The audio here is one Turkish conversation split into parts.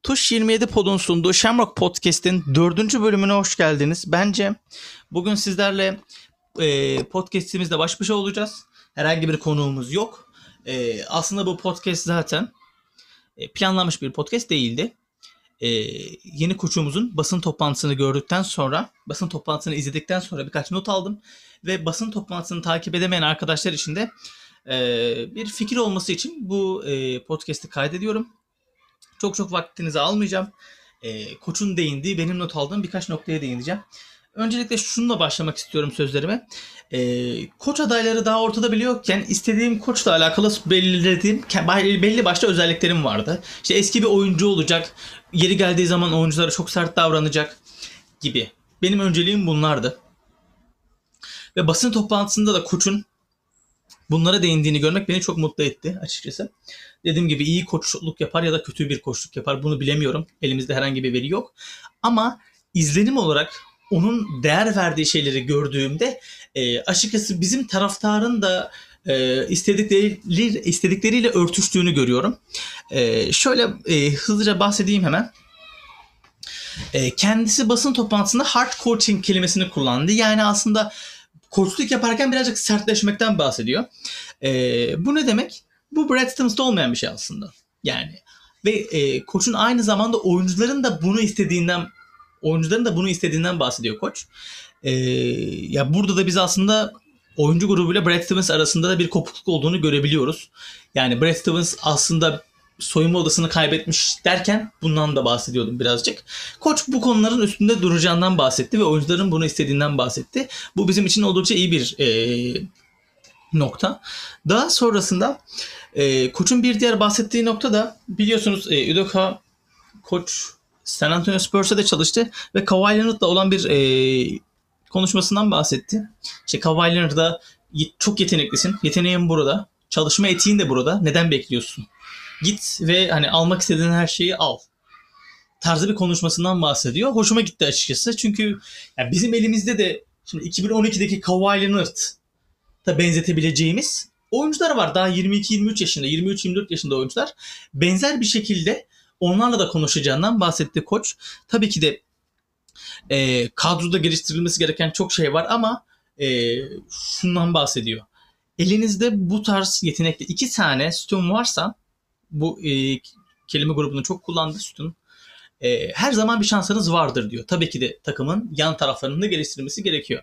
Tuş 27 Pod'un sunduğu Shamrock Podcast'in 4. bölümüne hoş geldiniz. Bence bugün sizlerle podcast'imizde baş başa olacağız. Herhangi bir konuğumuz yok. Aslında bu podcast zaten planlanmış bir podcast değildi. Yeni koçumuzun basın toplantısını gördükten sonra, basın toplantısını izledikten sonra birkaç not aldım. Ve basın toplantısını takip edemeyen arkadaşlar için de bir fikir olması için bu podcast'i kaydediyorum. Çok vaktinizi almayacağım. Koç'un değindiği, benim not aldığım birkaç noktaya değineceğim. Öncelikle şununla başlamak istiyorum sözlerime. Koç adayları daha ortada bile yokken istediğim koçla alakalı belli başlı özelliklerim vardı. İşte eski bir oyuncu olacak, yeri geldiği zaman oyunculara çok sert davranacak gibi. Benim önceliğim bunlardı. Ve basın toplantısında da Koç'un bunlara değindiğini görmek beni çok mutlu etti açıkçası. Dediğim gibi iyi koçluk yapar ya da kötü bir koçluk yapar, bunu bilemiyorum. Elimizde herhangi bir veri yok. Ama izlenim olarak onun değer verdiği şeyleri gördüğümde açıkçası bizim taraftarın da istedikleriyle örtüştüğünü görüyorum. Şöyle hızlıca bahsedeyim hemen. Kendisi basın toplantısında hard coaching kelimesini kullandı. Yani aslında koçluk yaparken birazcık sertleşmekten bahsediyor. Bu ne demek? Bu Brad Stevens'ta olmayan bir şey aslında. Yani ve koçun aynı zamanda oyuncuların da bunu istediğinden bahsediyor koç. Ya burada da biz aslında oyuncu grubuyla Brad Stevens arasında da bir kopukluk olduğunu görebiliyoruz. Yani Brad Stevens aslında soyunma odasını kaybetmiş derken bundan da bahsediyordum birazcık. Koç bu konuların üstünde duracağından bahsetti ve oyuncuların bunu istediğinden bahsetti. Bu bizim için oldukça iyi bir nokta. Daha sonrasında Koç'un bir diğer bahsettiği nokta da biliyorsunuz Udoka Koç San Antonio Spurs'a da çalıştı ve Kawhi Leonard'la olan bir konuşmasından bahsetti. İşte Kawhi Leonard'a çok yeteneklisin. Yeteneğin burada. Çalışma etiğin de burada. Neden bekliyorsun? Git ve hani almak istediğin her şeyi al tarzı bir konuşmasından bahsediyor. Hoşuma gitti açıkçası. Çünkü yani bizim elimizde de şimdi 2012'deki Kawhi Leonard'a benzetebileceğimiz oyuncular var. Daha 22-23 yaşında, 23-24 yaşında oyuncular. Benzer bir şekilde onlarla da konuşacağından bahsetti koç. Tabii ki de kadroda geliştirilmesi gereken çok şey var ama şundan bahsediyor. Elinizde bu tarz yetenekli 2 tane sütun varsa, bu kelime grubunu çok kullandı sütun. Her zaman bir şansınız vardır diyor. Tabii ki de takımın yan taraflarının da geliştirilmesi gerekiyor.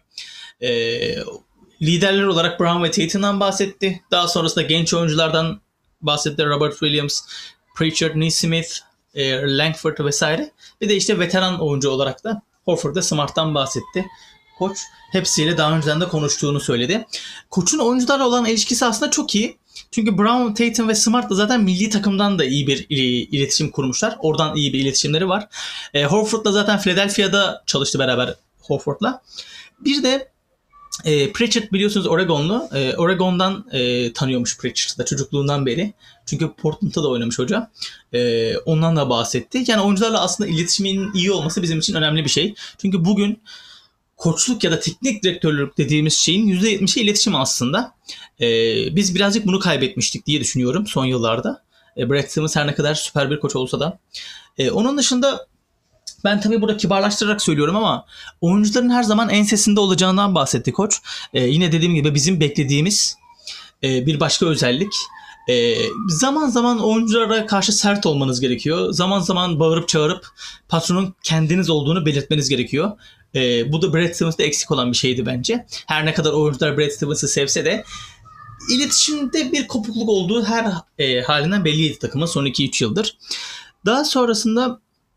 Liderler olarak Brown ve Tatum'dan bahsetti. Daha sonrasında genç oyunculardan bahsetti. Robert Williams, Pritchard, Nesmith, Langford vesaire. Bir de işte veteran oyuncu olarak da Horford ve Smart'tan bahsetti. Koç hepsiyle daha önceden de konuştuğunu söyledi. Koç'un oyuncularla olan ilişkisi aslında çok iyi. Çünkü Brown, Tatum ve Smart da zaten milli takımdan da iyi bir iletişim kurmuşlar. Oradan iyi bir iletişimleri var. Horford'la zaten Philadelphia'da çalıştı beraber Horford'la. Bir de Pritchard biliyorsunuz Oregonlu. Oregon'dan tanıyormuş Pritchard da çocukluğundan beri. Çünkü Portland'da da oynamış hoca. Ondan da bahsetti. Yani oyuncularla aslında iletişimin iyi olması bizim için önemli bir şey. Çünkü bugün koçluk ya da teknik direktörlük dediğimiz şeyin %70'i iletişim aslında. Biz birazcık bunu kaybetmiştik diye düşünüyorum son yıllarda. Brad Stevens her ne kadar süper bir koç olsa da. Onun dışında ben tabii burada kibarlaştırarak söylüyorum ama oyuncuların her zaman ensesinde olacağından bahsetti koç. Yine dediğim gibi bizim beklediğimiz bir başka özellik. Zaman zaman oyunculara karşı sert olmanız gerekiyor. Zaman zaman bağırıp çağırıp patronun kendiniz olduğunu belirtmeniz gerekiyor. Bu da Brad Stevens'da eksik olan bir şeydi bence. Her ne kadar oyuncular Brad Stevens'ı sevse de iletişimde bir kopukluk olduğu her halinden belliydi takımın son 2-3 yıldır. Daha sonrasında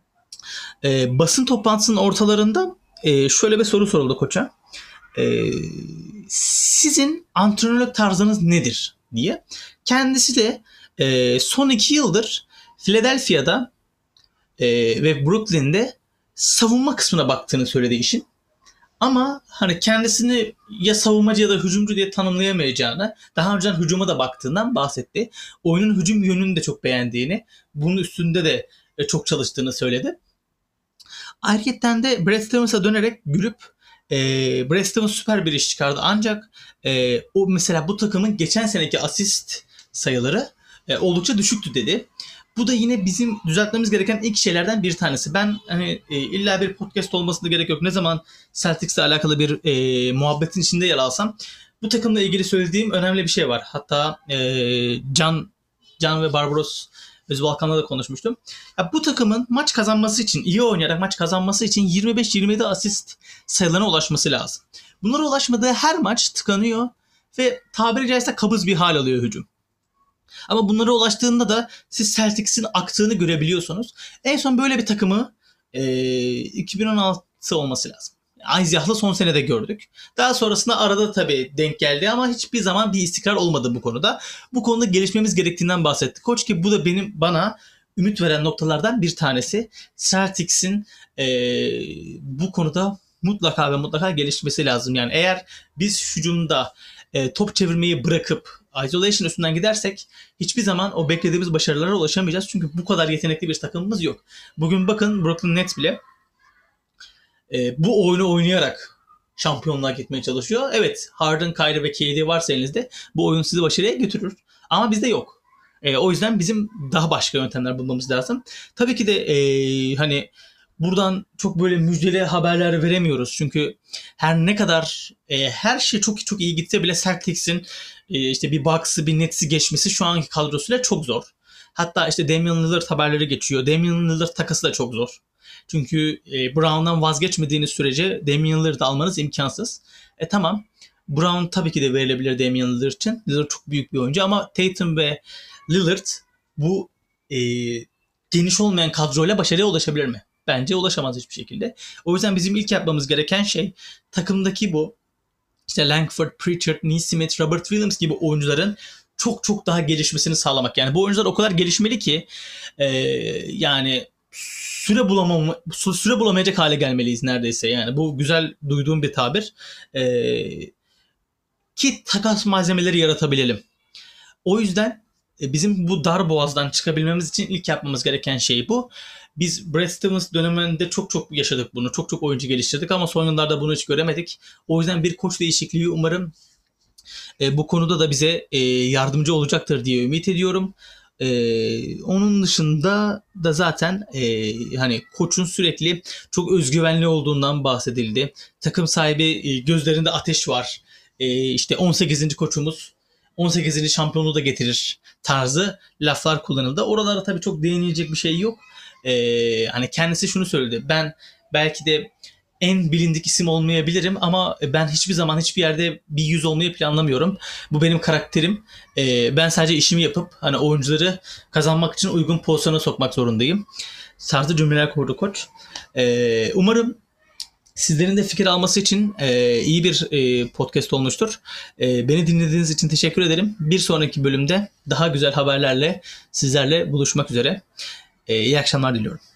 basın toplantısının ortalarında şöyle bir soru soruldu koça. Sizin antrenörlük tarzınız nedir diye. Kendisi de son 2 yıldır Philadelphia'da ve Brooklyn'de savunma kısmına baktığını söyledi işin. Ama hani kendisini ya savunmacı ya da hücumcu diye tanımlayamayacağını, daha önceden hücuma da baktığından bahsetti. Oyunun hücum yönünü de çok beğendiğini, bunun üstünde de çok çalıştığını söyledi. Ayrıca de Brad Stevens'a dönerek gülüp Brad Stevens süper bir iş çıkardı. Ancak o mesela bu takımın geçen seneki asist sayıları oldukça düşüktü dedi. Bu da yine bizim düzeltmemiz gereken ilk şeylerden bir tanesi. Ben hani illa bir podcast olmasına gerek yok. Ne zaman Celtics'le alakalı bir muhabbetin içinde yer alsam bu takımla ilgili söylediğim önemli bir şey var. Hatta Can ve Barbaros Özbalkan'la da konuşmuştum. Ya bu takımın maç kazanması için, iyi oynayarak maç kazanması için 25-27 asist sayılarına ulaşması lazım. Bunlara ulaşmadığı her maç tıkanıyor ve tabiri caizse kabız bir hal alıyor hücum. Ama bunlara ulaştığında da siz Celtics'in aktığını görebiliyorsunuz. En son böyle bir takımı 2016 olması lazım. Isaiah'la son senede gördük. Daha sonrasında arada tabii denk geldi ama hiçbir zaman bir istikrar olmadı bu konuda. Bu konuda gelişmemiz gerektiğinden bahsetti koç ki bu da bana ümit veren noktalardan bir tanesi. Celtics'in bu konuda mutlaka ve mutlaka gelişmesi lazım. Yani eğer biz hücumda top çevirmeyi bırakıp isolation üstünden gidersek hiçbir zaman o beklediğimiz başarılara ulaşamayacağız. Çünkü bu kadar yetenekli bir takımımız yok. Bugün bakın Brooklyn Nets bile bu oyunu oynayarak şampiyonluğa gitmeye çalışıyor. Evet, Harden, Kyrie ve KD varsa elinizde bu oyun sizi başarıya götürür. Ama bizde yok. O yüzden bizim daha başka yöntemler bulmamız lazım. Tabii ki de hani buradan çok böyle müjdeli haberler veremiyoruz. Çünkü her ne kadar her şey çok çok iyi gitse bile Celtics'in işte bir Bucks'ı bir Nets'i geçmesi şu anki kadrosuyla çok zor. Hatta işte Damian Lillard haberleri geçiyor. Damian Lillard takası da çok zor. Çünkü Brown'dan vazgeçmediğiniz sürece Damian Lillard'ı almanız imkansız. Tamam. Brown tabii ki de verilebilir Damian Lillard için. Lillard çok büyük bir oyuncu ama Tatum ve Lillard bu geniş olmayan kadroyla başarıya ulaşabilir mi? Bence ulaşamaz hiçbir şekilde. O yüzden bizim ilk yapmamız gereken şey takımdaki bu işte Langford, Pritchard, Nesmith, Robert Williams gibi oyuncuların çok çok daha gelişmesini sağlamak. Yani bu oyuncular o kadar gelişmeli ki yani süre bulamayacak hale gelmeliyiz neredeyse. Yani bu güzel duyduğum bir tabir. Ki takas malzemeleri yaratabilelim. O yüzden bizim bu dar boğazdan çıkabilmemiz için ilk yapmamız gereken şey bu. Biz Brad Stevens döneminde çok çok yaşadık bunu. Çok çok oyuncu geliştirdik ama son yıllarda bunu hiç göremedik. O yüzden bir koç değişikliği umarım bu konuda da bize yardımcı olacaktır diye ümit ediyorum. Onun dışında da zaten hani koçun sürekli çok özgüvenli olduğundan bahsedildi. Takım sahibi gözlerinde ateş var. İşte 18. koçumuz 18. şampiyonluğu da getirir tarzı laflar kullanıldı. Oralara tabii çok değinilecek bir şey yok. Hani kendisi şunu söyledi. Ben belki de en bilindik isim olmayabilirim ama ben hiçbir zaman hiçbir yerde bir yüz olmayı planlamıyorum. Bu benim karakterim. Ben sadece işimi yapıp hani oyuncuları kazanmak için uygun pozisyona sokmak zorundayım. Tarzı cümleler kurdu koç. Umarım sizlerin de fikir alması için iyi bir podcast olmuştur. Beni dinlediğiniz için teşekkür ederim. Bir sonraki bölümde daha güzel haberlerle sizlerle buluşmak üzere. İyi akşamlar diliyorum.